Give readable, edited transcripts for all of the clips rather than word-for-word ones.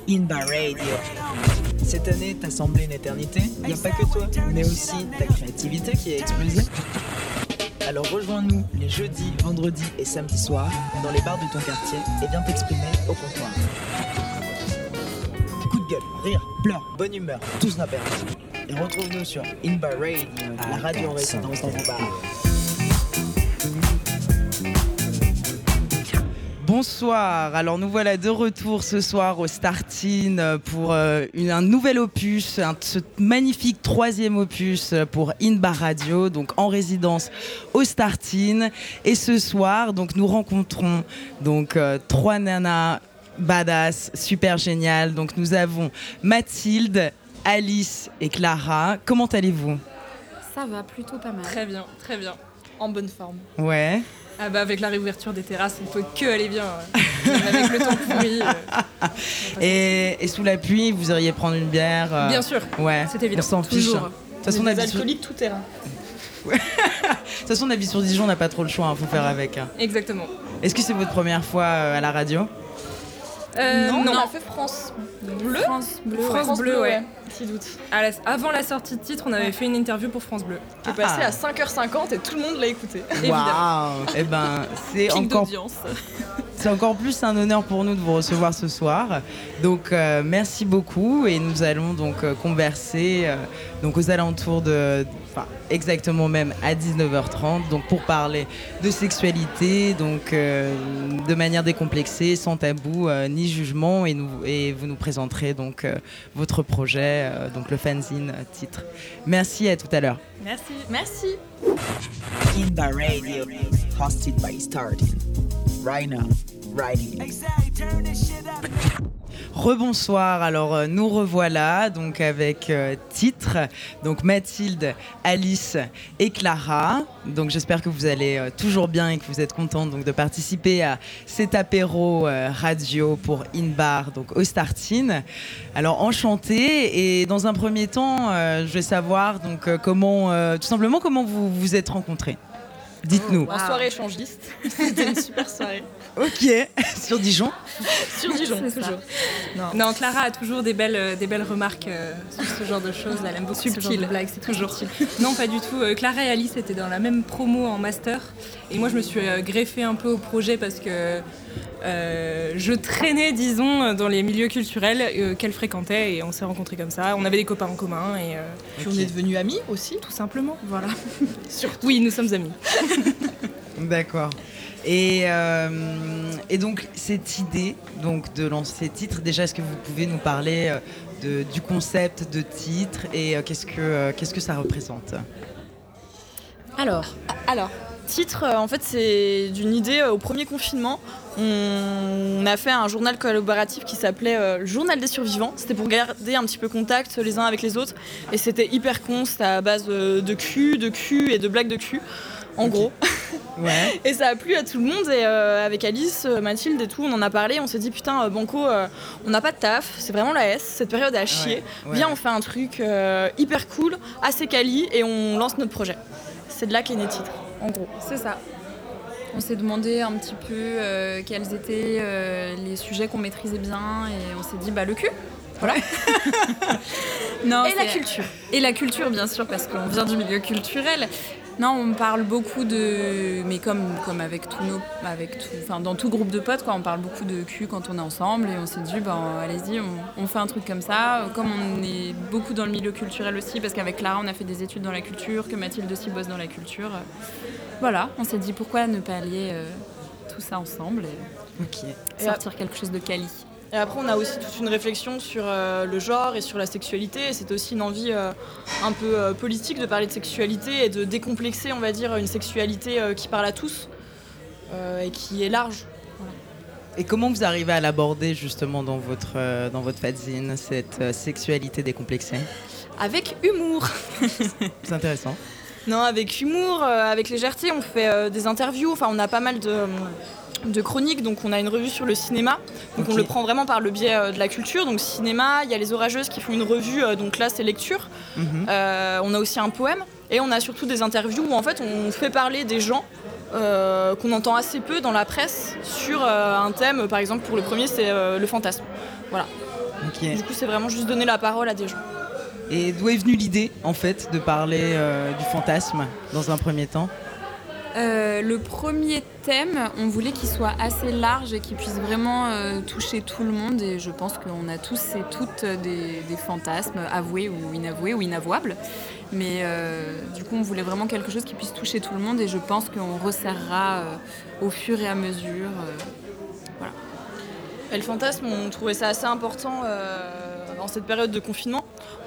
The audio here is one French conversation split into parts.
Inbar Radio. Cette année t'a semblé une éternité. Il n'y a pas que toi, mais aussi ta créativité qui a explosé. Alors rejoins-nous les jeudis, vendredis et samedis soirs dans les bars de ton quartier et viens t'exprimer au comptoir. Coup de gueule, rire, pleurs, bonne humeur, tout sera permis. Et retrouve-nous sur Inbar Radio, la radio en résidence dans vos bars. Bonsoir, alors nous voilà de retour ce soir au Startin pour un nouvel opus, ce magnifique 3e opus pour Inbar Radio, donc en résidence au Startin. Et ce soir, donc, nous rencontrons donc, 3 nanas badass, super géniales. Donc nous avons Mathilde, Alice et Clara. Comment allez-vous ? Ça va plutôt pas mal. Très bien, très bien. En bonne forme. Ouais. Ah bah avec la réouverture des terrasses, on peut que aller bien. Avec le temps pourri. Et sous la pluie, vous iriez prendre une bière Bien sûr. Ouais. C'est évident. On s'en fiche. Toujours. De toute façon, on habite alcooliques tout terrain. De toute façon, on habite sur Dijon, on n'a pas trop le choix, faut faire avec. Exactement. Est-ce que c'est votre première fois à la radio ? Non. On a fait France Bleu. France Bleu, ouais. Petit doute. Avant la sortie de titre, on avait fait une interview pour France Bleu. Qui est passée à 5h50 et tout le monde l'a écouté. Waouh. Eh ben, c'est encore plus un honneur pour nous de vous recevoir ce soir. Donc, merci beaucoup et nous allons donc converser donc aux alentours de... exactement même à 19h30, donc pour parler de sexualité, donc de manière décomplexée, sans tabou ni jugement, et vous nous présenterez donc votre projet, donc le fanzine titre. Merci, à tout à l'heure. Merci. Inbar Radio, hosted by Startin. Right now, right here. Rebonsoir, alors nous revoilà donc avec titre, donc Mathilde, Alice et Clara. Donc j'espère que vous allez toujours bien et que vous êtes contents donc de participer à cet apéro radio pour Inbar, donc au Startin. Alors enchantée, et dans un premier temps, je vais savoir donc tout simplement comment vous vous êtes rencontrés. Dites-nous. En soirée échangiste. C'était une super soirée. Ok, sur Dijon. Sur Dijon, toujours. Non, Clara a toujours des belles remarques sur ce genre de choses. Elle aime beaucoup ce genre de blagues, c'est toujours subtil. Non, pas du tout. Clara et Alice étaient dans la même promo en master. Et moi, je me suis greffée un peu au projet parce que je traînais, disons, dans les milieux culturels qu'elle fréquentait. Et on s'est rencontrés comme ça. On avait des copains en commun. Et puis on est devenus amis aussi. Tout simplement, voilà. Oui, nous sommes amis. D'accord. Et donc cette idée donc de lancer titre, déjà est-ce que vous pouvez nous parler du concept de titre et qu'est-ce que ça représente ? Alors, titre, en fait, c'est d'une idée au premier confinement. On a fait un journal collaboratif qui s'appelait le Journal des survivants. C'était pour garder un petit peu contact les uns avec les autres. Et c'était hyper con, c'était à base de cul et de blagues de cul, en gros. Ouais. Et ça a plu à tout le monde. Et avec Alice, Mathilde et tout, on en a parlé. On s'est dit, putain, Banco, on n'a pas de taf. C'est vraiment la S. Cette période est à chier. Ouais. Viens, on fait un truc hyper cool, assez quali, et on lance notre projet. C'est de là qu'est né titre, en gros. C'est ça. On s'est demandé un petit peu quels étaient les sujets qu'on maîtrisait bien, et on s'est dit le cul. Voilà. Non, et la culture. Et la culture, bien sûr, parce qu'on vient du milieu culturel. Non, on parle beaucoup mais comme avec dans tout groupe de potes, quoi, on parle beaucoup de cul quand on est ensemble, et on s'est dit, allez-y, on fait un truc comme ça. Comme on est beaucoup dans le milieu culturel aussi, parce qu'avec Clara, on a fait des études dans la culture, que Mathilde aussi bosse dans la culture. Voilà, on s'est dit, pourquoi ne pas allier tout ça ensemble et sortir quelque chose de quali. Et après, on a aussi toute une réflexion sur le genre et sur la sexualité. Et c'était aussi une envie un peu politique de parler de sexualité et de décomplexer, on va dire, une sexualité qui parle à tous et qui est large. Voilà. Et comment vous arrivez à l'aborder justement dans votre fanzine, cette sexualité décomplexée ? Avec humour. C'est intéressant. Non, avec humour, avec légèreté. On fait des interviews. Enfin, on a pas mal de chroniques, donc on a une revue sur le cinéma, donc on le prend vraiment par le biais de la culture, donc cinéma, il y a les Orageuses qui font une revue, donc là c'est lecture, on a aussi un poème, et on a surtout des interviews où en fait on fait parler des gens qu'on entend assez peu dans la presse sur un thème. Par exemple, pour le premier, c'est le fantasme. Voilà. Okay. Du coup, c'est vraiment juste donner la parole à des gens. Et d'où est venue l'idée, en fait, de parler du fantasme dans un premier temps ? Le premier thème, on voulait qu'il soit assez large et qu'il puisse vraiment toucher tout le monde. Et je pense qu'on a tous et toutes des fantasmes avoués ou inavouables. Mais du coup, on voulait vraiment quelque chose qui puisse toucher tout le monde. Et je pense qu'on resserrera au fur et à mesure. Voilà. Et le fantasme, on trouvait ça assez important en cette période de confinement.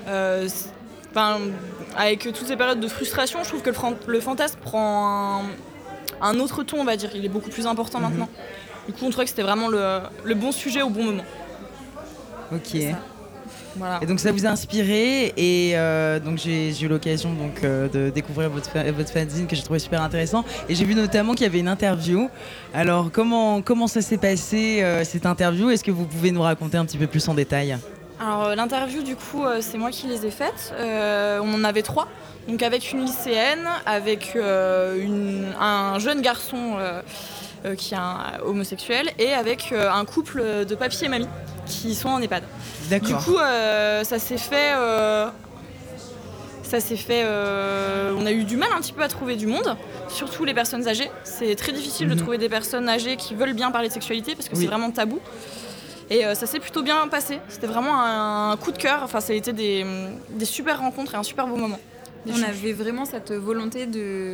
Avec toutes ces périodes de frustration, je trouve que le fantasme prend un autre ton, on va dire. Il est beaucoup plus important maintenant. Du coup, on trouvait que c'était vraiment le bon sujet au bon moment. Ok. Voilà. Et donc ça vous a inspiré et donc j'ai eu l'occasion donc de découvrir votre fanzine que j'ai trouvé super intéressant et j'ai vu notamment qu'il y avait une interview. Alors comment ça s'est passé cette interview ? Est-ce que vous pouvez nous raconter un petit peu plus en détail ? Alors l'interview du coup c'est moi qui les ai faites. On en avait 3. Donc avec une lycéenne, avec un jeune garçon qui est homosexuel et avec un couple de papy et mamie qui sont en EHPAD. D'accord. Du coup ça s'est fait on a eu du mal un petit peu à trouver du monde, surtout les personnes âgées. C'est très difficile de trouver des personnes âgées qui veulent bien parler de sexualité parce que c'est vraiment tabou. Et ça s'est plutôt bien passé. C'était vraiment un coup de cœur. Enfin, ça a été des super rencontres et un super beau moment. On avait vraiment cette volonté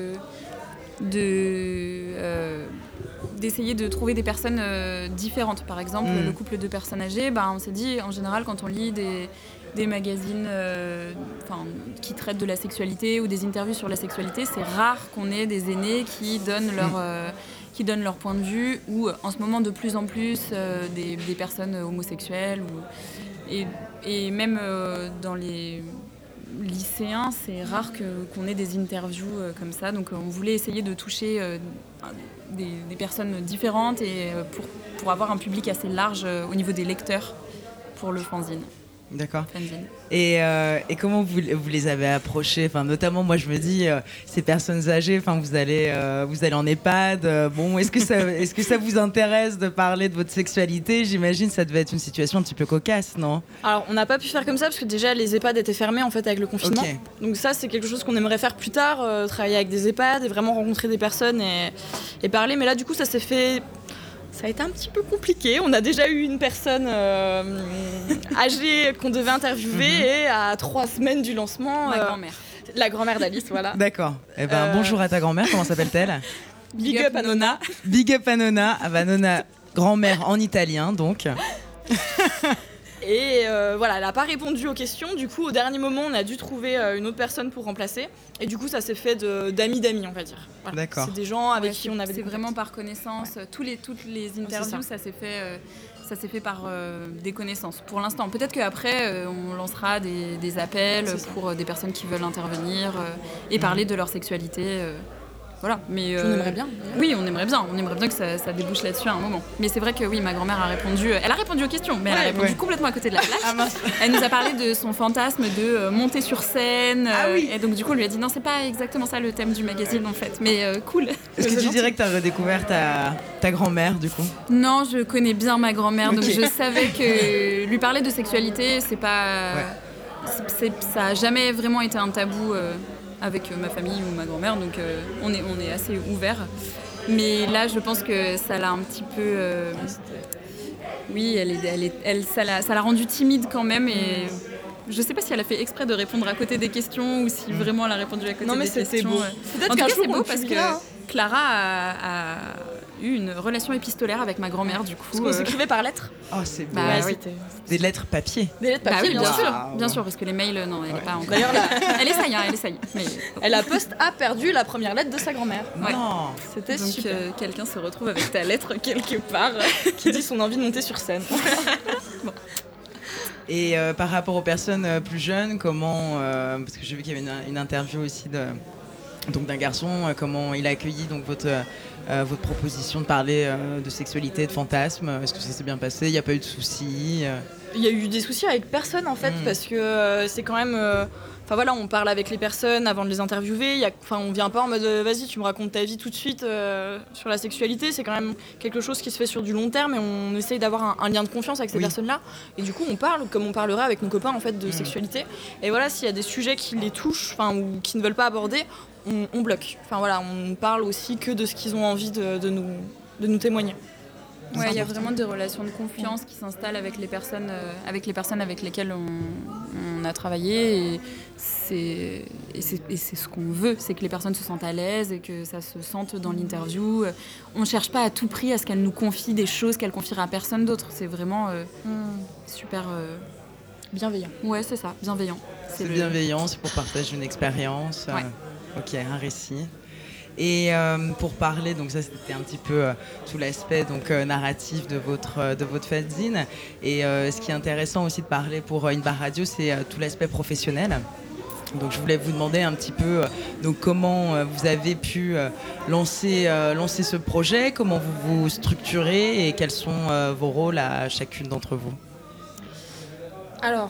d'essayer de trouver des personnes différentes. Par exemple, le couple de personnes âgées, on s'est dit, en général, quand on lit des magazines qui traitent de la sexualité ou des interviews sur la sexualité, c'est rare qu'on ait des aînés qui donnent leur point de vue, ou en ce moment de plus en plus des personnes homosexuelles. Et même dans les lycéens, c'est rare qu'on ait des interviews comme ça. Donc on voulait essayer de toucher des personnes différentes et pour avoir un public assez large au niveau des lecteurs pour le fanzine. D'accord. Et comment vous les avez approchés ? Enfin, notamment, moi, je me dis, ces personnes âgées, vous allez en EHPAD. Est-ce que ça vous intéresse de parler de votre sexualité ? J'imagine que ça devait être une situation un petit peu cocasse, non ? Alors, on n'a pas pu faire comme ça parce que déjà, les EHPAD étaient fermés en fait avec le confinement. Okay. Donc ça, c'est quelque chose qu'on aimerait faire plus tard, travailler avec des EHPAD et vraiment rencontrer des personnes et parler. Mais là, du coup, ça s'est fait... Ça a été un petit peu compliqué. On a déjà eu une personne âgée qu'on devait interviewer et à 3 semaines du lancement... Ma grand-mère. La grand-mère d'Alice, voilà. D'accord. Bonjour à ta grand-mère, comment s'appelle-t-elle ? Big up à Nonna. Big up à Nonna. Nonna, grand-mère en italien, donc. Et voilà, elle n'a pas répondu aux questions. Du coup, au dernier moment, on a dû trouver une autre personne pour remplacer. Et du coup, ça s'est fait d'amis, on va dire. Voilà. D'accord. C'est des gens avec qui on avait des contacts. C'est vraiment par connaissance. Ouais. Toutes les interviews, ça s'est fait par des connaissances. Pour l'instant, peut-être qu'après, on lancera des appels pour des personnes qui veulent intervenir et parler de leur sexualité. Voilà, mais on aimerait bien. Oui, on aimerait bien que ça débouche là-dessus à un moment. Mais c'est vrai que oui, ma grand-mère a répondu. Elle a répondu aux questions, mais elle a répondu complètement à côté de la plaque. Elle nous a parlé de son fantasme de monter sur scène. Et donc du coup, on lui a dit non, c'est pas exactement ça le thème du magazine en fait. Mais cool. Est-ce que tu dirais que tu as redécourt ta grand-mère du coup ? Non, je connais bien ma grand-mère, donc je savais que lui parler de sexualité, c'est pas, ça a jamais vraiment été un tabou. Avec ma famille ou ma grand-mère, donc on est assez ouverts. Mais là, je pense que ça l'a un petit peu... Oui, ça l'a rendu timide quand même, et je sais pas si elle a fait exprès de répondre à côté des questions ou si vraiment elle a répondu à côté des questions. Non, mais c'était beau. En tout cas, c'est beau parce que Clara a eu une relation épistolaire avec ma grand-mère, du coup. Parce qu'on s'écrivait par lettres. Oh, c'est beau. Oui. Des lettres papier. Des lettres papier, bien sûr, parce que les mails, non, elle n'est pas encore. D'ailleurs, elle essaye. Mais... La Poste a perdu la première lettre de sa grand-mère. Ouais. Non. C'était donc, super. Quelqu'un se retrouve avec ta lettre quelque part. Qui dit son envie de monter sur scène. Bon. Et par rapport aux personnes plus jeunes, comment... parce que j'ai vu qu'il y avait une interview aussi d'un garçon, comment il a accueilli donc votre proposition de parler de sexualité, de fantasme. Est-ce que ça s'est bien passé ? Il n'y a pas eu de soucis Il y a eu des soucis avec personne en fait, parce que c'est quand même... voilà, on parle avec les personnes avant de les interviewer. On vient pas en mode vas-y, tu me racontes ta vie tout de suite sur la sexualité. C'est quand même quelque chose qui se fait sur du long terme et on essaye d'avoir un lien de confiance avec ces personnes-là. Et du coup, on parle comme on parlerait avec nos copains en fait de sexualité. Et voilà, s'il y a des sujets qui les touchent, ou qui ne veulent pas aborder, on bloque. On parle aussi que de ce qu'ils ont envie de nous témoigner. Ouais, il y a vraiment des relations de confiance qui s'installent avec les personnes avec lesquelles on a travaillé. Et c'est ce qu'on veut, c'est que les personnes se sentent à l'aise et que ça se sente dans l'interview. On ne cherche pas à tout prix à ce qu'elles nous confient des choses qu'elles confieraient à personne d'autre. C'est vraiment super... bienveillant. Ouais, c'est ça, bienveillant. C'est bienveillant, c'est pour partager une expérience. Ouais. Ok, un récit. Et pour parler, donc ça c'était un petit peu tout l'aspect narratif de votre fanzine. Et ce qui est intéressant aussi de parler pour Inbar Radio, c'est tout l'aspect professionnel. Donc je voulais vous demander un petit peu comment vous avez pu lancer ce projet, comment vous vous structurez et quels sont vos rôles à chacune d'entre vous. Alors,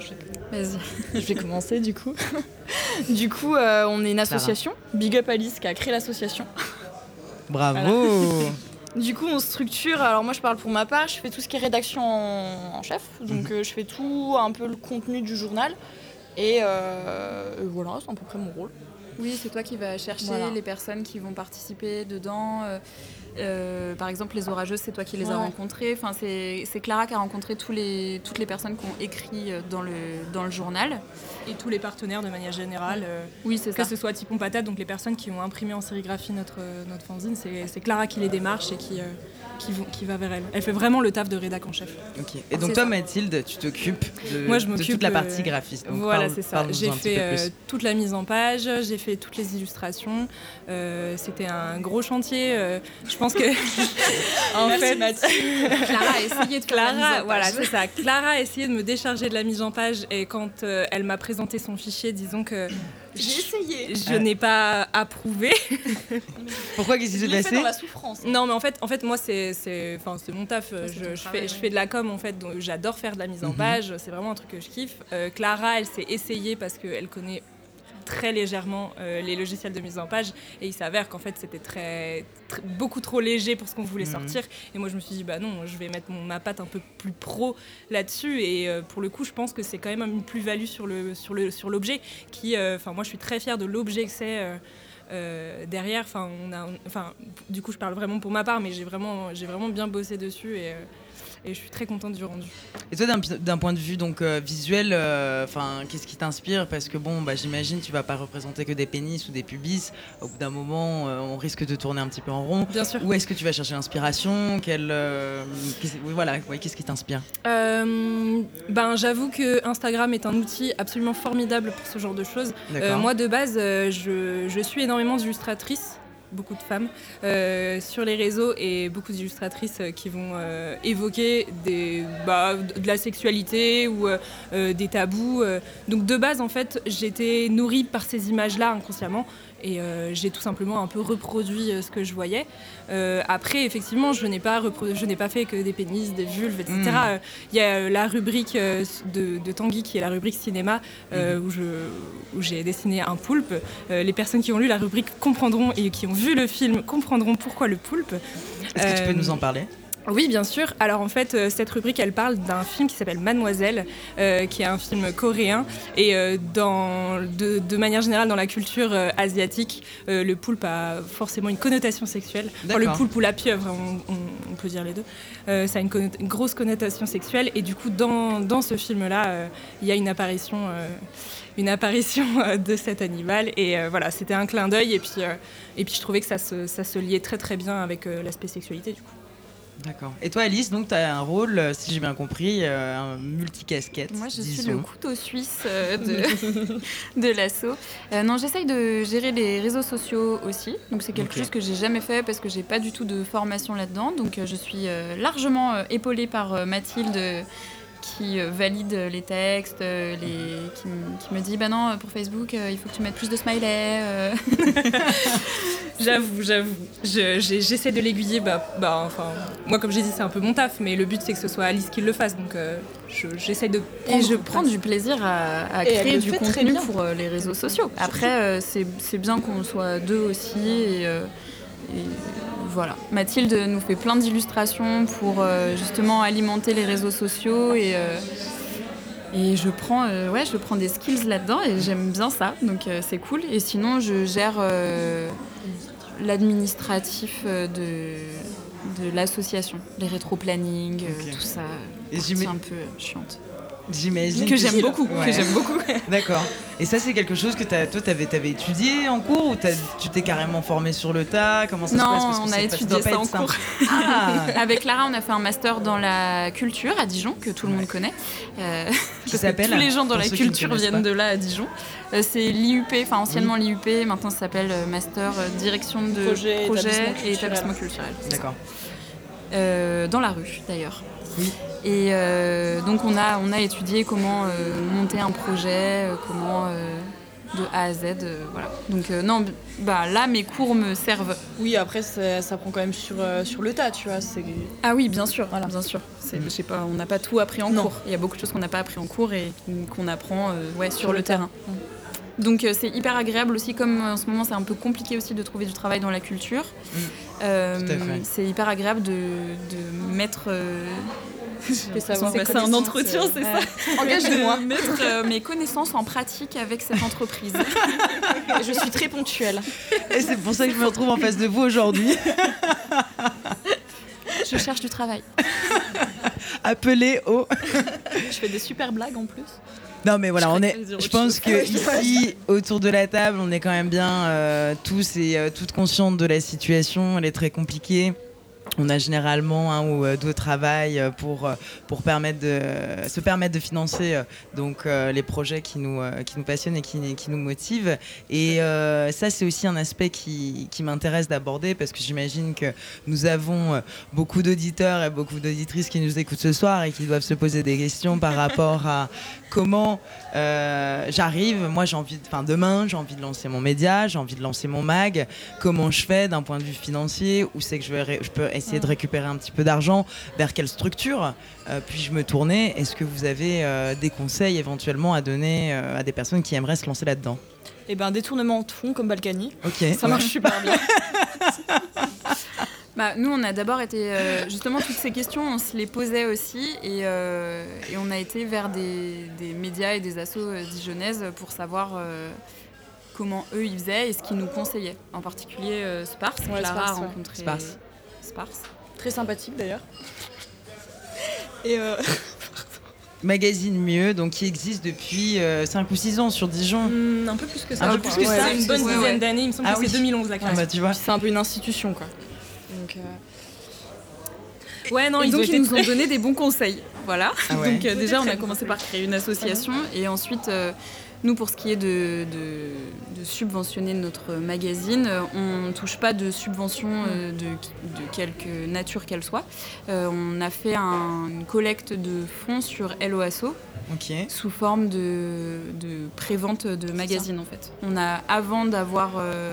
je vais commencer du coup. Du coup, on est une association, Big Up Alice, qui a créé l'association. Bravo. Voilà. Du coup, on structure. Alors moi, je parle pour ma part. Je fais tout ce qui est rédaction en chef. Donc, je fais tout, un peu le contenu du journal. Et voilà, c'est à peu près mon rôle. Oui, c'est toi qui vas chercher les personnes qui vont participer dedans. Par exemple, les orageuses, c'est toi qui les as rencontrées. Enfin, c'est Clara qui a rencontré toutes les personnes qui ont écrit dans le journal. Et tous les partenaires de manière générale. Oui, c'est ça. Que ce soit Tipon Patate, donc les personnes qui ont imprimé en sérigraphie notre fanzine, c'est Clara qui les démarche et qui va vers elle. Elle fait vraiment le taf de rédac en chef. Ok. Et donc toi, Mathilde, tu t'occupes de toute la partie graphiste. Donc voilà, c'est ça. J'ai fait toute la mise en page, j'ai fait toutes les illustrations. C'était un gros chantier. Je pense que en fait, Clara a essayé de faire la mise en page. Voilà, c'est ça. Clara a essayé de me décharger de la mise en page et quand elle m'a présenté son fichier, disons que j'ai essayé. Je n'ai pas approuvé. Pourquoi, qu'est-ce qui s'est passé ? Fait dans la souffrance. Non, mais en fait moi c'est mon taf. Je fais de la com en fait, donc j'adore faire de la mise en page. C'est vraiment un truc que je kiffe. Clara, elle s'est essayée parce qu'elle connaît très légèrement les logiciels de mise en page et il s'avère qu'en fait c'était beaucoup trop léger pour ce qu'on voulait sortir et moi je me suis dit bah non, je vais mettre ma patte un peu plus pro là-dessus et pour le coup je pense que c'est quand même une plus-value sur l'objet qui moi je suis très fière de l'objet que c'est derrière du coup je parle vraiment pour ma part mais j'ai vraiment bien bossé dessus et je suis très contente du rendu. Et toi, d'un point de vue visuel, qu'est-ce qui t'inspire ? Parce que j'imagine tu vas pas représenter que des pénis ou des pubis. Au bout d'un moment, on risque de tourner un petit peu en rond. Bien sûr. Où est-ce que tu vas chercher l'inspiration ? Qu'est-ce qui t'inspire ? J'avoue que Instagram est un outil absolument formidable pour ce genre de choses. Moi, de base, je suis énormément d'illustratrices. Beaucoup de femmes sur les réseaux et beaucoup d'illustratrices qui vont évoquer de la sexualité ou des tabous. Donc de base, en fait, j'étais nourrie par ces images-là inconsciemment et j'ai tout simplement un peu reproduit ce que je voyais. Après, effectivement, je n'ai pas fait que des pénis, des vulves, etc. Il y a la rubrique de Tanguy qui est la rubrique cinéma où j'ai dessiné un poulpe. Les personnes qui ont lu la rubrique comprendront et qui ont vu le film comprendront pourquoi le poulpe. Est-ce que tu peux nous en parler ? Oui, bien sûr. Alors en fait, cette rubrique, elle parle d'un film qui s'appelle Mademoiselle, qui est un film coréen. Et de manière générale, dans la culture asiatique, le poulpe a forcément une connotation sexuelle. Enfin, le poulpe ou la pieuvre, on peut dire les deux. Ça a une grosse connotation sexuelle. Et du coup, dans ce film-là, il y a une apparition de cet animal. Et voilà, c'était un clin d'œil. Et puis je trouvais que ça se liait très très bien avec l'aspect sexualité, du coup. D'accord. Et toi, Alice, donc tu as un rôle, si j'ai bien compris, un multicasquette. Moi, je suis le couteau suisse de l'asso. Non, j'essaye de gérer les réseaux sociaux aussi. Donc c'est quelque chose que j'ai jamais fait parce que j'ai pas du tout de formation là-dedans. Donc je suis largement épaulée par Mathilde qui valide les textes, qui me dit bah non, pour Facebook, il faut que tu mettes plus de smileys. J'avoue. J'essaie de l'aiguiller. Moi, comme j'ai dit, c'est un peu mon taf, mais le but, c'est que ce soit Alice qui le fasse. Donc, j'essaie de prendre. Et je prends du plaisir à créer du contenu pour les réseaux sociaux. Après, c'est bien qu'on soit deux aussi. Et voilà. Mathilde nous fait plein d'illustrations pour justement alimenter les réseaux sociaux et je prends des skills là-dedans et j'aime bien ça, donc c'est cool. Et sinon, je gère l'administratif de l'association, les rétro-plannings, tout ça. C'est un peu chiante. J'imagine. Que j'aime beaucoup. D'accord. Et ça, c'est quelque chose que toi, t'avais étudié en cours ou tu t'es carrément formé sur le tas? Comment ça se passe? Non, on a étudié ça en cours. Avec Lara, on a fait un master dans la culture à Dijon, que tout le monde connaît. Qui s'appelle, tous les gens dans la culture viennent de là à Dijon. C'est l'IUP, enfin anciennement l'IUP, maintenant ça s'appelle Master Direction de projet et établissement culturel. D'accord. Dans la rue, d'ailleurs. Oui. Et donc on a étudié comment monter un projet, comment de A à Z, voilà. Donc là mes cours me servent. Oui, après ça prend quand même sur le tas, tu vois. Ah oui, bien sûr, voilà. Bien sûr. Je sais pas, on n'a pas tout appris en cours. Il y a beaucoup de choses qu'on n'a pas appris en cours et qu'on apprend sur le terrain. Donc c'est hyper agréable aussi, comme en ce moment c'est un peu compliqué aussi de trouver du travail dans la culture. C'est hyper agréable de mettre... c'est un entretien, c'est ça. Engage-moi. Mettre mes connaissances en pratique avec cette entreprise. Je suis très ponctuelle. Et c'est pour ça que je me retrouve en face de vous aujourd'hui. Je cherche du travail. Appelez au... Je fais des super blagues en plus. Non mais voilà, je pense que ici, autour de la table, on est quand même bien tous et toutes conscientes de la situation. Elle est très compliquée. On a généralement un ou deux travails pour se permettre de financer les projets qui nous passionnent et qui nous motivent. Et ça, c'est aussi un aspect qui m'intéresse d'aborder parce que j'imagine que nous avons beaucoup d'auditeurs et beaucoup d'auditrices qui nous écoutent ce soir et qui doivent se poser des questions par rapport à comment j'arrive. Moi, demain, j'ai envie de lancer mon média, j'ai envie de lancer mon mag. Comment je fais d'un point de vue financier? Où c'est que je peux essayer de récupérer un petit peu d'argent? Vers quelle structure puis-je me tourner? Est-ce que vous avez des conseils éventuellement à donner à des personnes qui aimeraient se lancer là-dedans? Eh ben, détournement de fonds comme Balkany. Ok. Ça marche super bien. Nous, on a d'abord été... justement, toutes ces questions, on se les posait aussi et on a été vers des médias et des assos dijonnaises pour savoir comment eux, ils faisaient et ce qu'ils nous conseillaient. En particulier Sparse. Clara a rencontré... Sparse. Très sympathique, d'ailleurs. Et... Magazine Mieux, donc qui existe depuis 5 ou 6 ans sur Dijon. Un peu plus que ça. Une bonne dizaine d'années, il me semble que c'est 2011 la création. Tu vois. C'est un peu une institution, quoi. Donc, ils nous ont donné des bons conseils. Voilà. Donc déjà, on a commencé par créer une association et ensuite, nous, pour ce qui est de subventionner notre magazine, on ne touche pas de subvention de quelque nature qu'elle soit. On a fait une collecte de fonds sur Hello Asso. Sous forme de prévente de magazine en fait. Avant d'avoir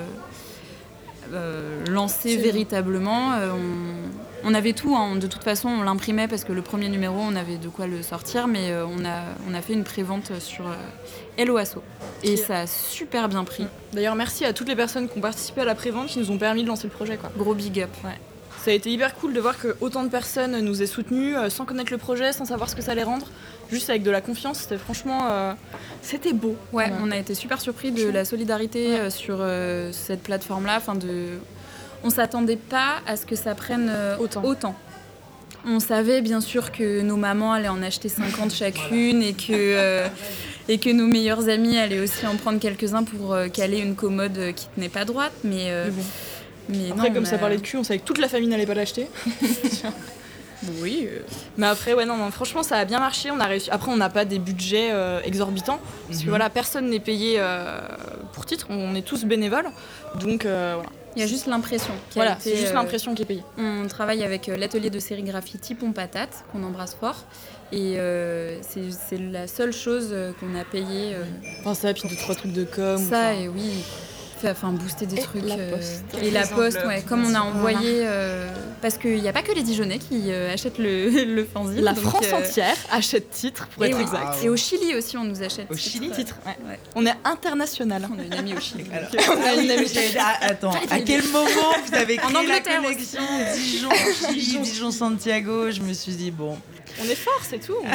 lancé véritablement, on avait tout, de toute façon on l'imprimait parce que le premier numéro on avait de quoi le sortir, mais on a fait une prévente sur Hello Asso et ça a super bien pris. D'ailleurs merci à toutes les personnes qui ont participé à la prévente qui nous ont permis de lancer le projet, quoi. Gros big up. Ouais. Ça a été hyper cool de voir que autant de personnes nous aient soutenus sans connaître le projet, sans savoir ce que ça allait rendre, juste avec de la confiance. C'était franchement, c'était beau. Ouais, on a été super surpris de la solidarité sur cette plateforme-là. On s'attendait pas à ce que ça prenne autant. On savait bien sûr que nos mamans allaient en acheter 50 chacune et que nos meilleures amies allaient aussi en prendre quelques-uns pour caler une commode qui tenait pas droite, mais après, comme ça parlait de cul, on savait que toute la famille n'allait pas l'acheter. Oui. Mais après, franchement, ça a bien marché. On a réussi. Après, on n'a pas des budgets exorbitants. Parce que personne n'est payé pour titre. On est tous bénévoles. Donc, voilà. Il y a juste l'impression. Voilà, c'est juste l'impression qui est payée. On travaille avec l'atelier de sérigraphie Tipon Patate, qu'on embrasse fort. Et c'est la seule chose qu'on a payée. Enfin, ça, puis 2-3 trucs de com. Ça, et oui. Enfin, booster des trucs. La poste. Et la poste, ouais. Comme on a envoyé. Parce qu'il n'y a pas que les Dijonais qui achètent le fanzine. La France entière achète titres, pour être exact. Et au Chili aussi, on nous achète. Au Chili, titres. Ouais. On est international. On a une amie au Chili. Attends, à quel moment vous avez créé la connexion Dijon-Chili, Dijon-Santiago? Je me suis dit, bon... On est fort, c'est tout.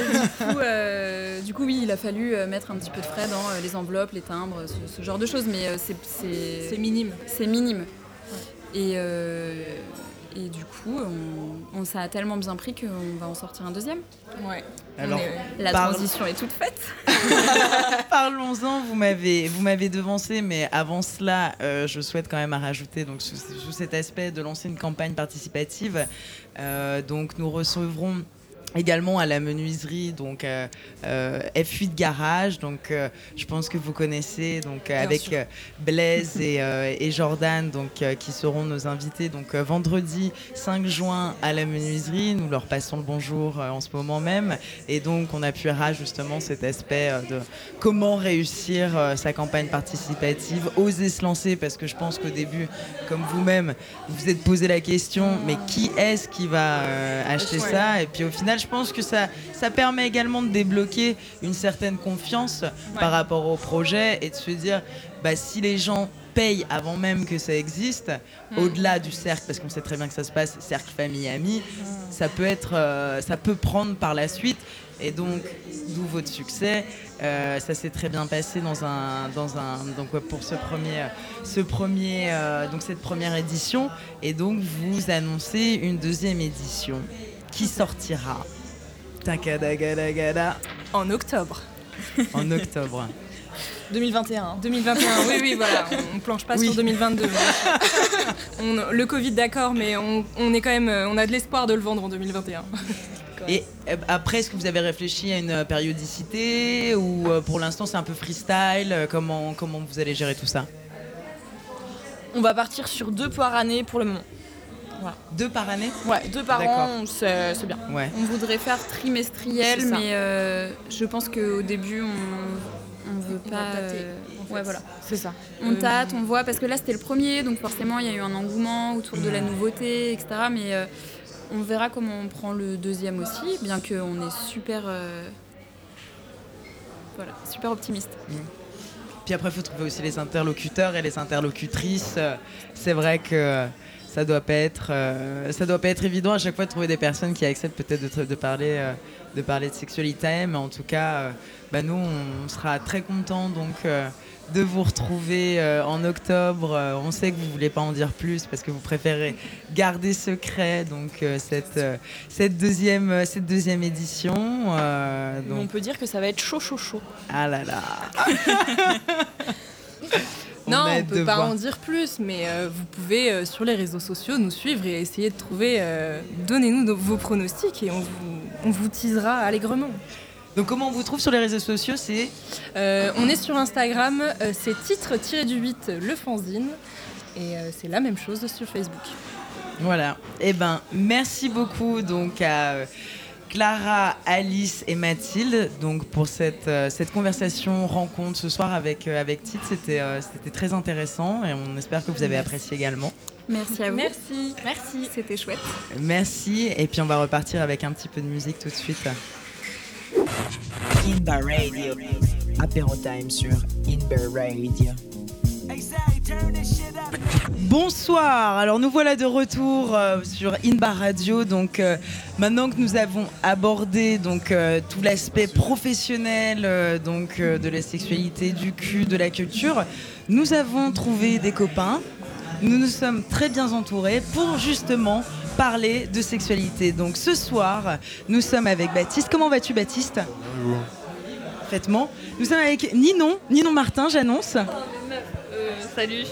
Du coup, oui, il a fallu mettre un petit peu de frais dans les enveloppes, les timbres, ce genre de choses, mais c'est minime. C'est minime. Ouais. Et du coup, ça a tellement bien pris qu'on va en sortir un deuxième. Ouais. Alors, la transition est toute faite. Parlons-en, vous m'avez devancé, mais avant cela, je souhaite quand même rajouter donc, sous cet aspect de lancer une campagne participative. Donc nous recevrons également à la menuiserie donc F8 Garage, donc je pense que vous connaissez donc avec Blaise et Jordan donc qui seront nos invités donc vendredi 5 juin à la menuiserie. Nous leur passons le bonjour en ce moment même, et donc on appuiera justement cet aspect de comment réussir sa campagne participative, oser se lancer, parce que je pense qu'au début, comme vous-même, vous vous êtes posé la question, mais qui est-ce qui va acheter ça? Et puis au final, je pense que ça permet également de débloquer une certaine confiance par rapport au projet, et de se dire, si les gens payent avant même que ça existe, au-delà du cercle, parce qu'on sait très bien que ça se passe, cercle, famille, amis, ça peut prendre par la suite. Et donc, d'où votre succès. Ça s'est très bien passé pour cette première édition. Et donc, vous annoncez une deuxième édition qui sortira en octobre. En octobre. 2021. 2021, oui, voilà. On planche pas sur 2022. Le Covid, d'accord, mais on est quand même, on a de l'espoir de le vendre en 2021. Et après, est-ce que vous avez réfléchi à une périodicité, ou pour l'instant c'est un peu freestyle? Comment vous allez gérer tout ça? On va partir sur 2 par année pour le moment. Voilà. 2 par année? Ouais, 2 par an, c'est bien. Ouais. On voudrait faire trimestriel, mais je pense qu'au début, on veut pas... Ouais, voilà. C'est ça. On tâte, on voit, parce que là, c'était le premier, donc forcément, il y a eu un engouement autour de la nouveauté, etc. Mais on verra comment on prend le deuxième aussi, bien qu'on est super optimiste. Puis après, il faut trouver aussi les interlocuteurs et les interlocutrices. C'est vrai que ça doit pas être évident à chaque fois de trouver des personnes qui acceptent peut-être de parler de sexualité, mais en tout cas, nous, on sera très contents donc de vous retrouver en octobre. On sait que vous voulez pas en dire plus parce que vous préférez garder secret donc cette deuxième édition. Donc... On peut dire que ça va être chaud. Ah là là. Non, on peut pas en dire plus, mais vous pouvez sur les réseaux sociaux nous suivre et essayer de trouver. Donnez-nous vos pronostics et on vous teasera allègrement. Donc comment on vous trouve sur les réseaux sociaux? On est sur Instagram, c'est titre-du-8 le fanzine, et c'est la même chose sur Facebook. Voilà. Merci beaucoup donc à Clara, Alice et Mathilde donc pour cette conversation rencontre ce soir avec Tite. C'était très intéressant et on espère que vous avez apprécié également. Merci à vous. Merci. C'était chouette. Merci, et puis on va repartir avec un petit peu de musique tout de suite. Inbar Radio, Apéro Time sur Inbar Radio. Bonsoir, alors nous voilà de retour sur Inbar Radio. Donc maintenant que nous avons abordé donc tout l'aspect professionnel de la sexualité, du cul, de la culture, nous avons trouvé des copains. Nous nous sommes très bien entourés pour justement parler de sexualité. Donc ce soir, nous sommes avec Baptiste. Comment vas-tu, Baptiste? Parfaitement. Nous sommes avec Ninon Martin, j'annonce. Salut.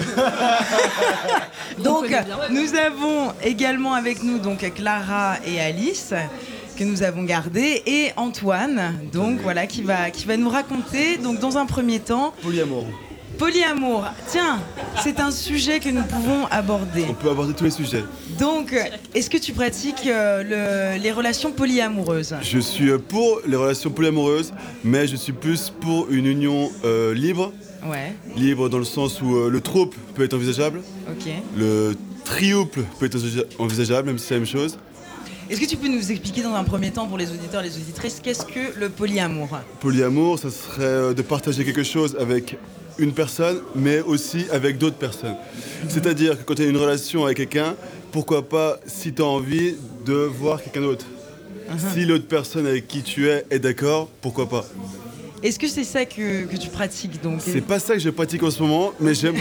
Donc nous avons également avec nous donc Clara et Alice que nous avons gardées, et Antoine donc voilà qui va nous raconter donc dans un premier temps Polyamour, tiens, c'est un sujet que nous pouvons aborder. On peut aborder tous les sujets. Donc, est-ce que tu pratiques les relations polyamoureuses ? Je suis pour les relations polyamoureuses, mais je suis plus pour une union libre. Ouais. Libre dans le sens où le trouble peut être envisageable. Ok. Le triouple peut être envisageable, même si c'est la même chose. Est-ce que tu peux nous expliquer dans un premier temps pour les auditeurs et les auditrices qu'est-ce que le polyamour ? Polyamour, ça serait de partager quelque chose avec une personne, mais aussi avec d'autres personnes. C'est-à-dire que quand tu as une relation avec quelqu'un, pourquoi pas, si tu as envie, de voir quelqu'un d'autre. Si l'autre personne avec qui tu es d'accord, pourquoi pas. Est-ce que c'est ça que tu pratiques donc ? C'est pas ça que je pratique en ce moment, mais j'aime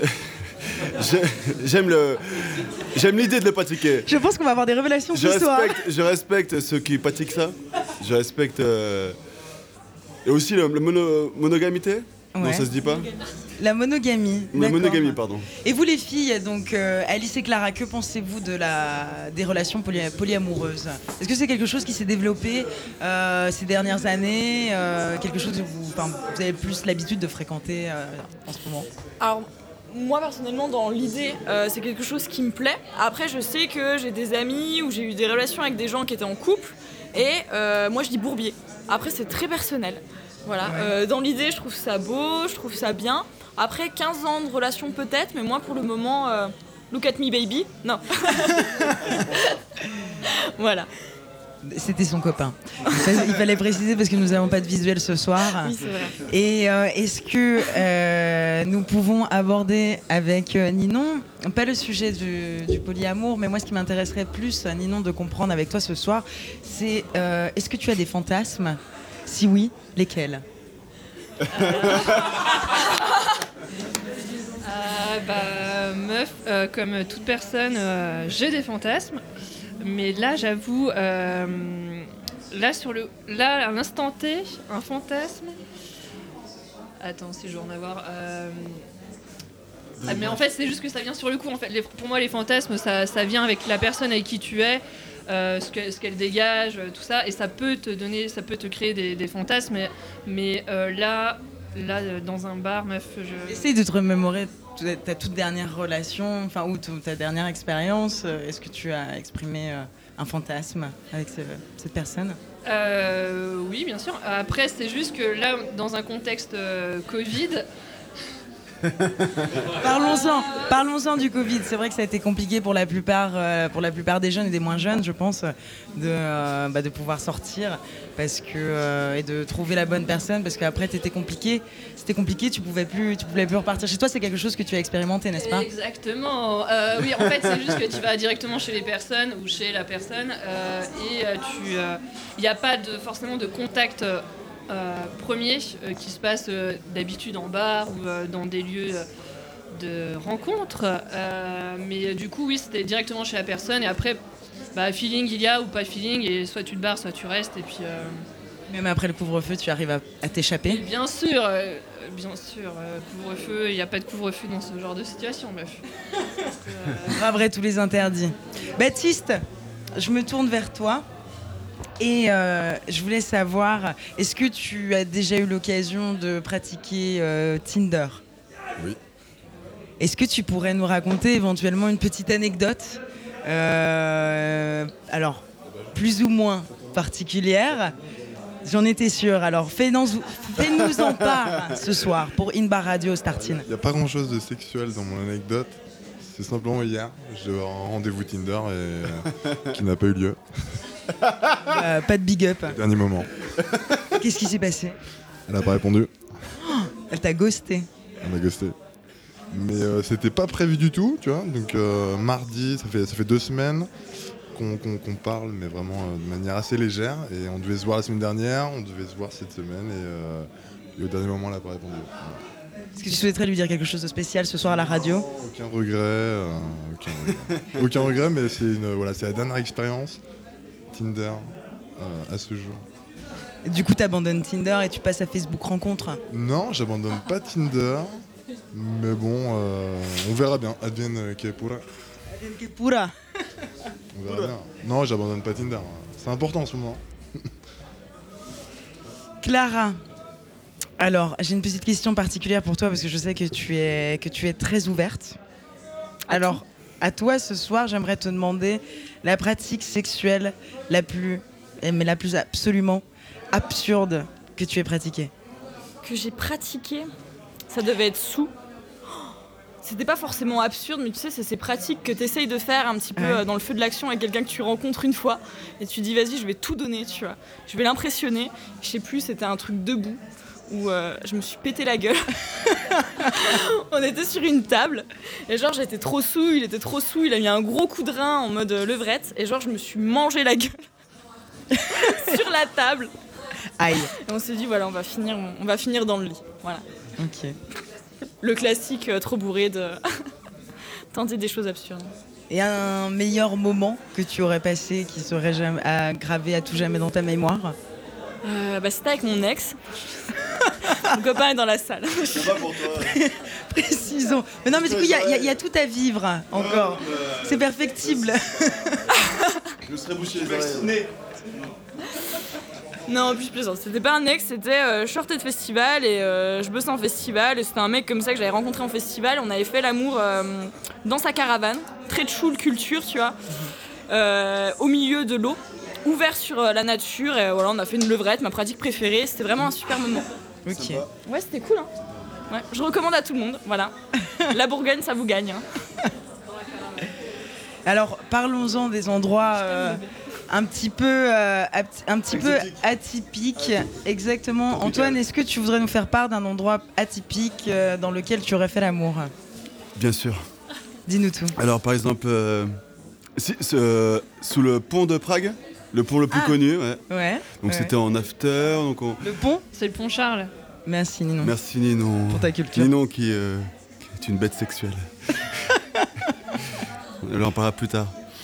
l'idée de le pratiquer. Je pense qu'on va avoir des révélations ce soir. Je respecte ceux qui pratiquent ça. Je respecte... Et aussi la monogamité. Ouais. Non, ça se dit pas ? La monogamie. La monogamie, pardon. Et vous les filles, donc Alice et Clara, que pensez-vous des relations polyamoureuses ? Est-ce que c'est quelque chose qui s'est développé ces dernières années, quelque chose que vous avez plus l'habitude de fréquenter en ce moment ? Alors, moi personnellement, dans l'idée, c'est quelque chose qui me plaît. Après, je sais que j'ai des amis ou j'ai eu des relations avec des gens qui étaient en couple. Et moi, je dis bourbier. Après, c'est très personnel. Voilà. Ouais. Dans l'idée, je trouve ça beau, je trouve ça bien. Après 15 ans de relation peut-être, mais moi pour le moment, look at me baby, non. Voilà. C'était son copain. Il fallait préciser parce que nous n'avons pas de visuel ce soir. Oui, c'est vrai. Et est-ce que nous pouvons aborder avec Ninon, pas le sujet du polyamour, mais moi ce qui m'intéresserait plus, Ninon, de comprendre avec toi ce soir, c'est est-ce que tu as des fantasmes ? Si oui, lesquels ? Meuf, comme toute personne, j'ai des fantasmes. Mais là, j'avoue, là, à l'instant T, un fantasme... Attends, si je veux en avoir... mais en fait, c'est juste que ça vient sur le coup. En fait, pour moi, les fantasmes, ça vient avec la personne avec qui tu es. Ce qu'elle dégage, tout ça, et ça peut te créer des fantasmes, mais là, dans un bar, meuf, Essaye de te remémorer ta toute dernière relation, ou ta dernière expérience. Est-ce que tu as exprimé un fantasme avec cette personne ? Oui, bien sûr. Après, c'est juste que là, dans un contexte Covid... Parlons-en du Covid. C'est vrai que ça a été compliqué pour la plupart des jeunes et des moins jeunes, je pense, de pouvoir sortir et de trouver la bonne personne, parce qu'après c'était compliqué, tu pouvais plus repartir chez toi. C'est quelque chose que tu as expérimenté, n'est-ce pas ? Exactement. Oui, en fait, c'est juste que tu vas directement chez les personnes ou chez la personne et il n'y a pas forcément de contact. Premier qui se passe d'habitude en bar ou dans des lieux de rencontre, mais du coup oui, c'était directement chez la personne, et après feeling il y a ou pas feeling, et soit tu te barres, soit tu restes, et puis même après le couvre-feu, tu arrives à t'échapper ? Bien sûr, couvre-feu, il n'y a pas de couvre-feu dans ce genre de situation, meuf. Braverai tous les interdits. Baptiste, je me tourne vers toi. Et je voulais savoir, est-ce que tu as déjà eu l'occasion de pratiquer Tinder ? Oui. Est-ce que tu pourrais nous raconter éventuellement une petite anecdote, alors plus ou moins particulière ? J'en étais sûre. Alors fais-nous en part ce soir pour Inbar Radio Startin. Il n'y a pas grand-chose de sexuel dans mon anecdote. C'est simplement hier, j'ai eu un rendez-vous Tinder qui n'a pas eu lieu. Pas de big up. Dernier moment. Qu'est-ce qui s'est passé ? Elle n'a pas répondu. Elle t'a ghosté. Elle m'a ghosté. Mais c'était pas prévu du tout, tu vois. Donc mardi, ça fait 2 semaines qu'on parle, mais vraiment de manière assez légère. Et on devait se voir la semaine dernière, on devait se voir cette semaine, et au dernier moment, elle n'a pas répondu. Est-ce que tu souhaiterais lui dire quelque chose de spécial ce soir à la radio ? Aucun regret. Aucun regret, mais c'est la dernière expérience Tinder à ce jour. Du coup, tu abandonnes Tinder et tu passes à Facebook Rencontre ? Non, j'abandonne pas Tinder, mais bon, on verra bien. Advienne que pourra. Advienne que pourra. On verra bien. Non, j'abandonne pas Tinder. C'est important en ce moment. Clara, Alors, j'ai une petite question particulière pour toi parce que je sais que tu es très ouverte. Alors, à toi ce soir, j'aimerais te demander la pratique sexuelle la plus absolument absurde que tu aies pratiquée. Que j'ai pratiqué, ça devait être sous. C'était pas forcément absurde, mais tu sais, c'est ces pratiques que tu essayes de faire un petit peu dans le feu de l'action avec quelqu'un que tu rencontres une fois. Et tu dis, vas-y, je vais tout donner, tu vois. Je vais l'impressionner. Je sais plus, c'était un truc debout où je me suis pété la gueule. On était sur une table. Et genre, j'étais trop sous, il était trop sous. Il a mis un gros coup de rein en mode levrette. Et genre, je me suis mangé la gueule sur la table. Aïe. Et on s'est dit, voilà, on va finir dans le lit. Voilà. Ok. Le classique trop bourré de tenter des choses absurdes. Et un meilleur moment que tu aurais passé qui serait gravé à tout jamais dans ta mémoire? C'était avec mon ex. Mon copain est dans la salle. C'est pas pour toi. Précisons. Mais non, mais du coup, il y a tout à vivre encore. C'est perfectible. Je me serais bouché les oreilles. Non, plus plaisant. C'était pas un ex, c'était je sortais de festival et je bossais en festival. Et c'était un mec comme ça que j'avais rencontré en festival. On avait fait l'amour dans sa caravane. Très choule culture, tu vois. Au milieu de l'eau, ouvert sur la nature. Et voilà, on a fait une levrette, ma pratique préférée. C'était vraiment un super moment. Ok. Ouais, c'était cool, hein. Ouais, je recommande à tout le monde, voilà. La Bourgogne, ça vous gagne. Hein. Alors, parlons-en des endroits un petit peu atypiques. Exactement. Antoine, est-ce que tu voudrais nous faire part d'un endroit atypique dans lequel tu aurais fait l'amour? Bien sûr. Dis-nous tout. Alors, par exemple, sous le pont de Prague, le pont le plus connu. Ouais. Donc, c'était en after. Donc Le pont? C'est le pont Charles. Merci Ninon. Merci Ninon. Pour ta culture. Ninon qui est une bête sexuelle. Elle en parlera plus tard.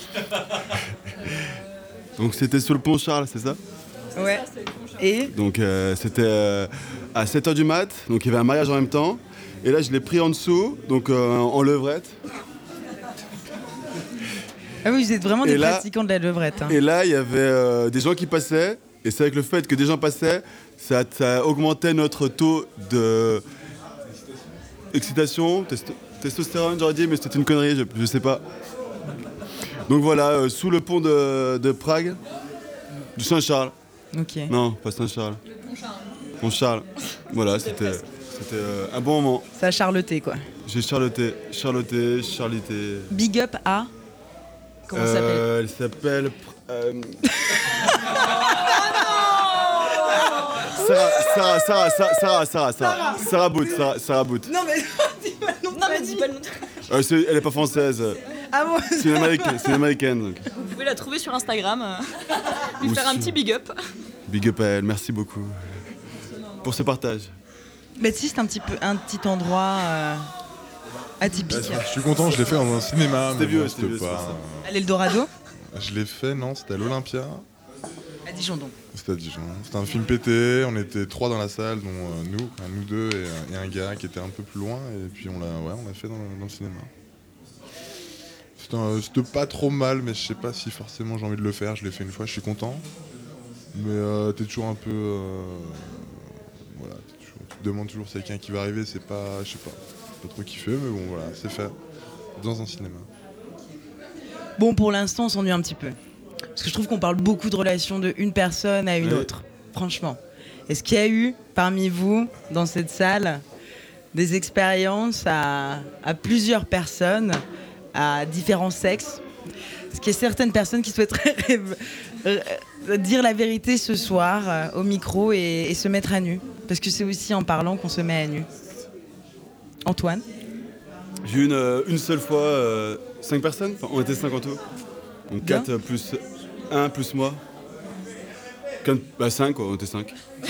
Donc c'était sur le pont Charles, c'est ça? Ouais. Et donc c'était à 7h du mat, donc il y avait un mariage en même temps. Et là je l'ai pris en dessous, donc en levrette. Ah oui, vous êtes vraiment des pratiquants de la levrette. Hein. Et là il y avait des gens qui passaient, et c'est avec le fait que des gens passaient, ça augmentait notre taux de excitation, testostérone j'aurais dit, mais c'était une connerie, je sais pas. Donc voilà, sous le pont de Prague, du Saint-Charles. Ok. Non, pas Saint-Charles. Le pont Charles. Pont Charles. Voilà, c'était un bon moment. Ça a charloté quoi. J'ai charloté. Big up à... Comment ça s'appelle? Elle s'appelle... Sarah Boot. Non mais dis pas le nom. Elle est pas française. Ah bon? C'est une américaine. Donc. Vous pouvez la trouver sur Instagram, lui faire un petit big up. Big up à elle, merci beaucoup pour ce partage. Mais si c'est un petit endroit atypique. Je suis content, je l'ai fait dans un cinéma. C'était vieux, c'était pas. À l'Eldorado? Je l'ai fait, non, c'était à l'Olympia. À Dijon donc. C'était à Dijon. C'était un film pété, on était 3 dans la salle, dont nous deux et un gars qui était un peu plus loin, et puis on l'a fait dans le cinéma. C'était pas trop mal, mais je sais pas si forcément j'ai envie de le faire. Je l'ai fait une fois, je suis content. Mais t'es toujours un peu... voilà, tu te demandes toujours si quelqu'un qui va arriver, c'est pas... Je sais pas trop kiffer, mais bon voilà, c'est fait. Dans un cinéma. Bon, pour l'instant, on s'ennuie un petit peu. Parce que je trouve qu'on parle beaucoup de relations de une personne à une autre. Franchement. Est-ce qu'il y a eu, parmi vous, dans cette salle, des expériences à plusieurs personnes, à différents sexes? Est-ce qu'il y a certaines personnes qui souhaiteraient dire la vérité ce soir au micro et se mettre à nu? Parce que c'est aussi en parlant qu'on se met à nu. Antoine? J'ai eu une seule fois 5 personnes, enfin, on était 5 en tout. Donc 4 plus 1 plus moi. 5 quoi, on était 5.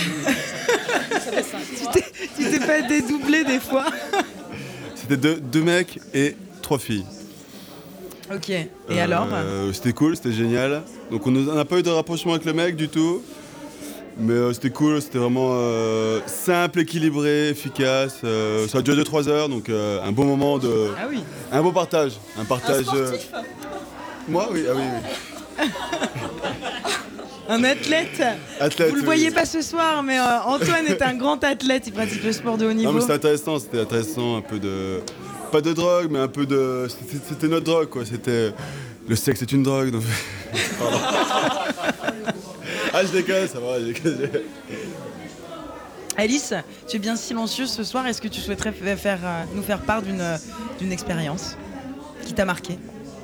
Tu t'es pas dédoublé des fois? C'était 2 mecs et 3 filles. Ok, et alors? C'était cool, c'était génial. Donc on n'a pas eu de rapprochement avec le mec du tout. Mais c'était cool, c'était vraiment simple, équilibré, efficace. Ça a duré 2-3 heures, donc un bon moment de... Ah oui. Un beau partage. Un partage... sportif. Moi, oui. Ah oui. Un athlète. Vous le voyez pas ce soir, mais Antoine est un grand athlète. Il pratique le sport de haut niveau. Non, mais c'était intéressant, un peu de... Pas de drogue, mais un peu de... C'était notre drogue, quoi. C'était... Le sexe est une drogue, donc... Pardon. Ah, je déconne, ça va, je déconne. Alice, tu es bien silencieuse ce soir. Est-ce que tu souhaiterais nous faire part d'une expérience qui t'a marqué ?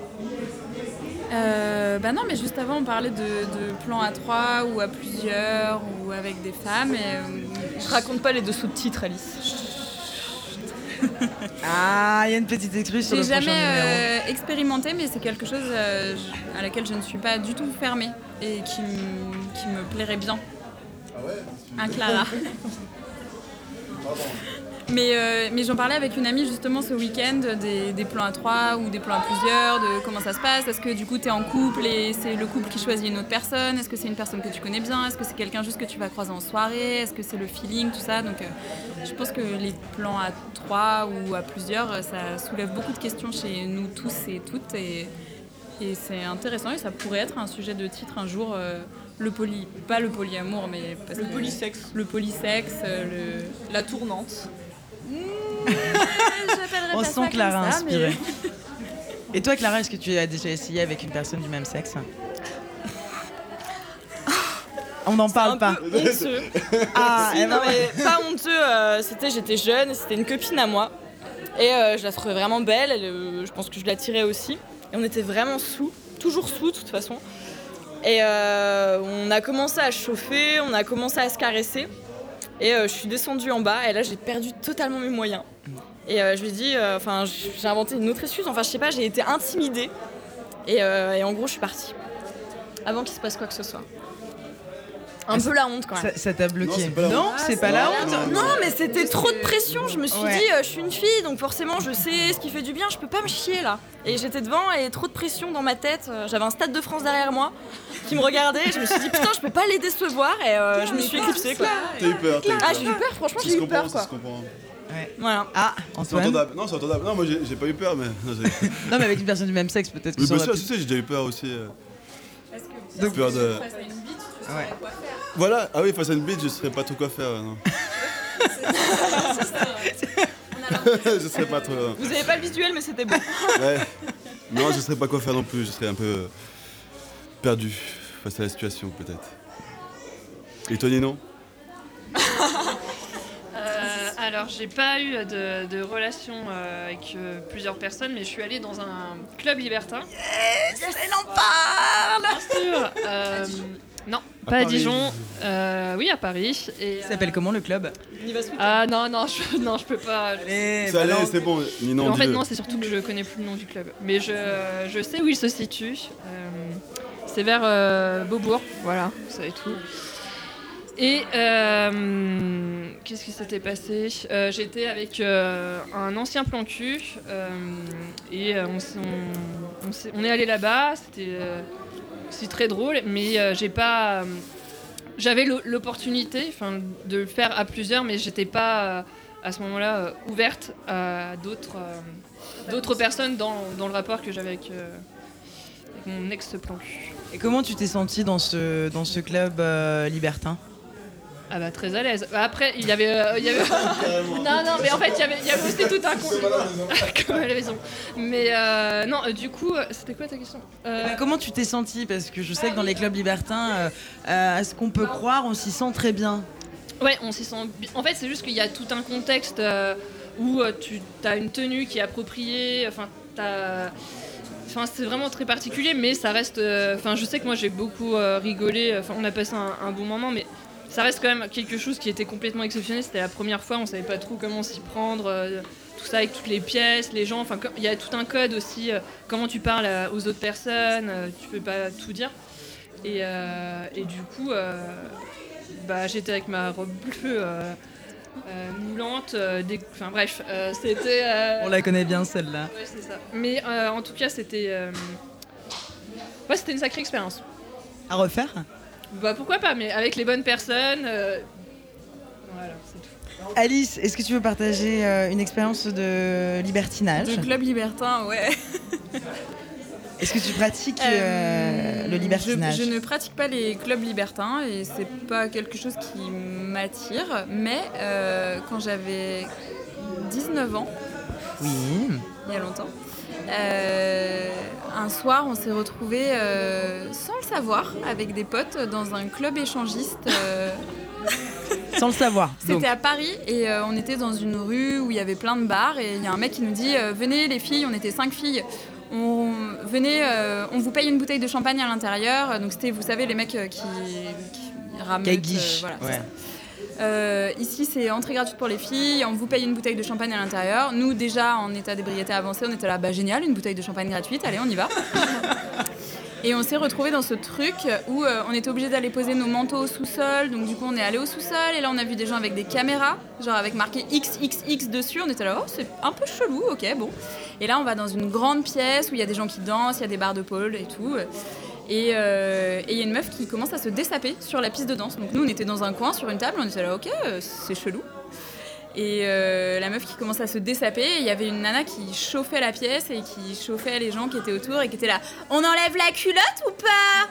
Non, mais juste avant, on parlait de plans à 3 ou à plusieurs ou avec des femmes. Je raconte pas les dessous de titres, Alice. Ah, il y a une petite excuse sur le prochain numéro. J'ai jamais expérimenté, mais c'est quelque chose à laquelle je ne suis pas du tout fermée et qui me plairait bien. Ah ouais ? Un Clara. Mais j'en parlais avec une amie justement ce week-end des plans à 3 ou des plans à plusieurs, de comment ça se passe. Est-ce que du coup tu es en couple et c'est le couple qui choisit une autre personne ? Est-ce que c'est une personne que tu connais bien ? Est-ce que c'est quelqu'un juste que tu vas croiser en soirée ? Est-ce que c'est le feeling, tout ça ? Donc je pense que les plans à 3 ou à plusieurs, ça soulève beaucoup de questions chez nous tous et toutes et c'est intéressant et ça pourrait être un sujet de titre un jour. Pas le polyamour, mais le polysexe. Le polysexe, la tournante. On sent Clara inspirée. Et toi, Clara, est-ce que tu as déjà essayé avec une personne du même sexe ? On n'en parle pas. Un peu honteux. Mais pas honteux. J'étais jeune, et c'était une copine à moi. Et je la trouvais vraiment belle. Je pense que je l'attirais aussi. Et on était vraiment sous, toujours sous de toute façon. Et on a commencé à chauffer, on a commencé à se caresser. Et je suis descendue en bas et là j'ai perdu totalement mes moyens. Et je lui ai dit, j'ai inventé une autre excuse, je sais pas, j'ai été intimidée. Et en gros je suis partie. Avant qu'il se passe quoi que ce soit. Un peu la honte quand même. Ça t'a bloqué ? Non, c'est pas la honte. Non, mais c'était trop de pression. Je me suis dit, je suis une fille, donc forcément je sais ce qui fait du bien, je peux pas me chier là. Et j'étais devant et trop de pression dans ma tête. J'avais un Stade de France derrière moi qui me regardait. Je me suis dit, putain, je peux pas les décevoir. Et je me suis éclipsée quoi. T'as eu peur. Ah, j'ai eu peur, franchement, j'ai eu peur quoi. Ouais. Voilà. Ah, Antoine. C'est entendable. Non, c'est entendable. Non, moi j'ai pas eu peur, mais. Non, mais avec une personne du même sexe, peut-être que Oui, ça bien aurait sûr, pu... j'ai déjà eu peur aussi. Donc, peur de. Ouais. Voilà, ah oui, face à une bite, je saurais pas trop quoi faire, non. Je saurais pas trop. Vous avez pas le visuel, mais c'était bon. Ouais. Non, je saurais pas quoi faire non plus, je serais un peu perdu face à la situation, peut-être. Et toi, Ninon ? Alors, j'ai pas eu de relation avec plusieurs personnes, mais je suis allée dans un club libertin. Yes, elle en parle. Bien sûr. Non, pas à Dijon. Oui, à Paris. Et, il s'appelle comment le club ? Ah non, je peux pas. Allez, c'est bon, Ninon. En fait, non, c'est surtout que je connais plus le nom du club. Mais je sais où il se situe. C'est vers Beaubourg, voilà, ça et tout. Et qu'est-ce qui s'était passé ? J'étais avec un ancien plan cul et on est allé là-bas. C'est très drôle, mais j'avais l'opportunité de le faire à plusieurs, mais j'étais pas à ce moment-là ouverte à d'autres personnes dans le rapport que j'avais avec mon ex-plan cul. Et comment tu t'es sentie dans ce club libertin ? Ah bah très à l'aise. Après il y avait non mais en fait il y avait aussi tout un comme à la maison. Mais non du coup c'était quoi ta question ? Comment tu t'es sentie ? Parce que je sais que dans les clubs libertins, à ce qu'on peut croire, on s'y sent très bien. Ouais, on s'y sent. En fait c'est juste qu'il y a tout un contexte où tu as une tenue qui est appropriée. C'est vraiment très particulier, mais ça reste. Je sais que moi j'ai beaucoup rigolé. On a passé un bon moment, mais ça reste quand même quelque chose qui était complètement exceptionnel. C'était la première fois, on savait pas trop comment s'y prendre, tout ça avec toutes les pièces, les gens. Il y a tout un code aussi, comment tu parles aux autres personnes, tu peux pas tout dire. Et du coup, j'étais avec ma robe bleue moulante. C'était. On la connaît bien celle-là. Ouais, c'est ça. Mais en tout cas, c'était une sacrée expérience. À refaire ? Pourquoi pas, mais avec les bonnes personnes. Voilà, c'est tout. Alice, est-ce que tu veux partager une expérience de libertinage ? De club libertin, ouais. Est-ce que tu pratiques le libertinage ? Je ne pratique pas les clubs libertins et c'est pas quelque chose qui m'attire. Mais quand j'avais 19 ans, oui, il y a longtemps, un soir, on s'est retrouvés sans le savoir avec des potes dans un club échangiste. Sans le savoir. C'était à Paris et on était dans une rue où il y avait plein de bars et il y a un mec qui nous dit venez les filles, on était 5 filles, on vous paye une bouteille de champagne à l'intérieur. Donc c'était, vous savez, les mecs qui rameutent. Voilà, ouais. Ici c'est entrée gratuite pour les filles, on vous paye une bouteille de champagne à l'intérieur. Nous déjà en état d'ébriété avancé, on était là, bah génial, une bouteille de champagne gratuite, allez on y va. Et on s'est retrouvés dans ce truc où on était obligés d'aller poser nos manteaux au sous-sol. Donc du coup on est allé au sous-sol et là on a vu des gens avec des caméras, genre avec marqué XXX dessus. On était là, oh c'est un peu chelou, ok bon. Et là on va dans une grande pièce où il y a des gens qui dansent, il y a des barres de pole et tout. Et il y a une meuf qui commence à se dessaper sur la piste de danse. Donc nous on était dans un coin sur une table, on était là, ok c'est chelou. Et la meuf qui commence à se dessaper, il y avait une nana qui chauffait la pièce et qui chauffait les gens qui étaient autour et qui étaient là « On enlève la culotte ou pas ?»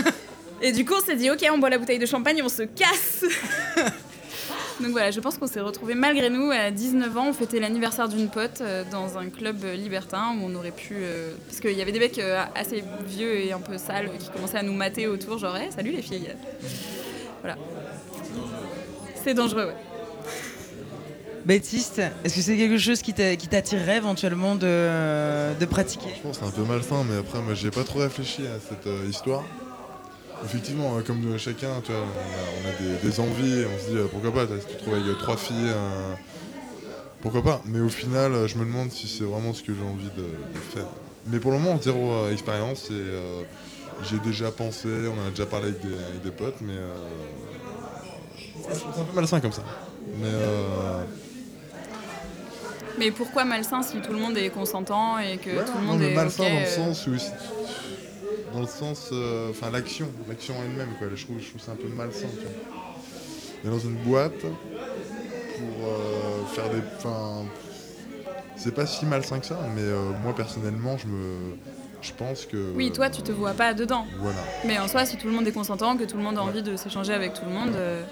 Et du coup on s'est dit « Ok, on boit la bouteille de champagne et on se casse !» Donc voilà, je pense qu'on s'est retrouvés malgré nous à 19 ans, on fêtait l'anniversaire d'une pote dans un club libertin où on aurait pu... parce qu'il y avait des mecs assez vieux et un peu sales qui commençaient à nous mater autour, genre hey, « Salut les filles !» Voilà. C'est dangereux, ouais. Baptiste, est-ce que c'est quelque chose qui t'attirerait éventuellement de pratiquer ? Je pense que c'est un peu malsain, mais après, moi, j'ai pas trop réfléchi à cette histoire. Effectivement, comme chacun, tu vois, on a des envies, on se dit pourquoi pas, si tu te trouves avec 3 filles, pourquoi pas. Mais au final, je me demande si c'est vraiment ce que j'ai envie de faire. Mais pour le moment, 0 expérience, et j'ai déjà pensé, on en a déjà parlé avec des potes, mais c'est un peu malsain comme ça. Mais pourquoi malsain si tout le monde est consentant et que tout le monde est malsain okay, dans le sens où enfin l'action elle-même quoi. Je trouve c'est un peu malsain. Tu vois. On est dans une boîte pour faire des, enfin c'est pas si malsain que ça, mais moi personnellement je pense que... Oui, toi tu te vois pas dedans. Voilà. Mais en soi, si tout le monde est consentant, que tout le monde a envie de s'échanger avec tout le monde.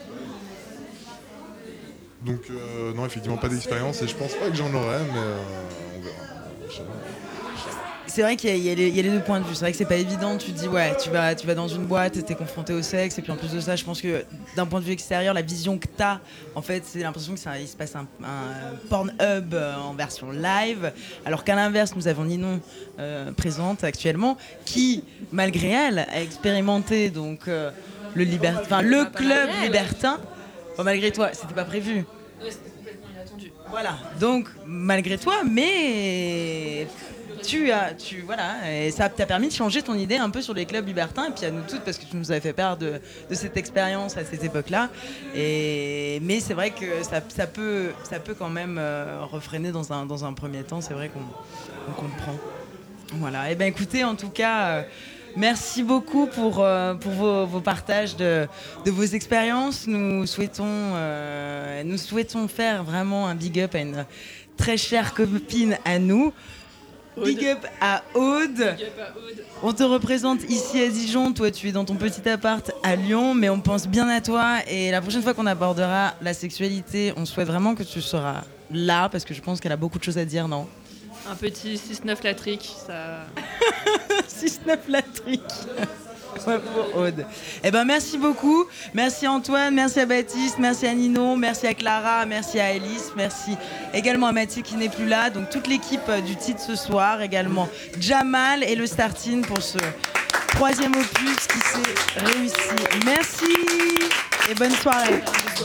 Donc non, effectivement pas d'expérience et je pense pas que j'en aurais, mais on verra. C'est vrai qu'il y a les 2 points de vue. C'est vrai que c'est pas évident. Tu te dis ouais, tu vas dans une boîte, t'es confronté au sexe, et puis en plus de ça, je pense que d'un point de vue extérieur, la vision que t'as, en fait, c'est l'impression que il se passe un Pornhub en version live, alors qu'à l'inverse, nous avons Ninon présente actuellement, qui malgré elle a expérimenté donc le club libertin. Bon, malgré toi, c'était pas prévu. Ouais, c'était complètement inattendu. Voilà. Donc malgré toi, mais voilà, et ça t'a permis de changer ton idée un peu sur les clubs libertins et puis à nous toutes parce que tu nous avais fait part de cette expérience à cette époque-là. Mais c'est vrai que ça peut quand même refréner dans un premier temps. C'est vrai qu'on comprend. Voilà. Et ben écoutez, en tout cas. Merci beaucoup pour vos partages de vos expériences. Nous souhaitons faire vraiment un big up à une très chère copine à nous. Aude. Big up à Aude. On te représente ici à Dijon. Toi, tu es dans ton petit appart à Lyon, mais on pense bien à toi. Et la prochaine fois qu'on abordera la sexualité, on souhaite vraiment que tu seras là parce que je pense qu'elle a beaucoup de choses à dire, non ? Un petit 6-9 latrique, ça... 6-9 latrique. Ouais, pour Aude. Eh ben, merci beaucoup. Merci Antoine, merci à Baptiste, merci à Ninon, merci à Clara, merci à Alice, merci également à Mathilde qui n'est plus là. Donc toute l'équipe du titre ce soir, également Jamal et le Startin pour ce 3e opus qui s'est réussi. Merci et bonne soirée.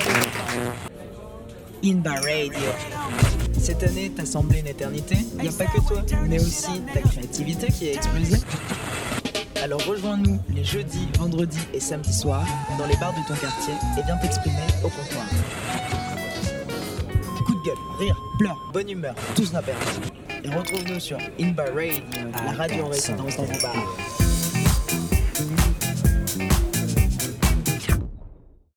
Inba Radio. Cette année t'a semblé une éternité. Il n'y a pas que toi, mais aussi ta créativité qui a explosé. Alors rejoins-nous les jeudis, vendredis et samedis soirs dans les bars de ton quartier et viens t'exprimer au comptoir. Coup de gueule, rire, pleurs, bonne humeur, tout sera permis. Et retrouve-nous sur Inba Radio, la radio en résidence dans vos bars.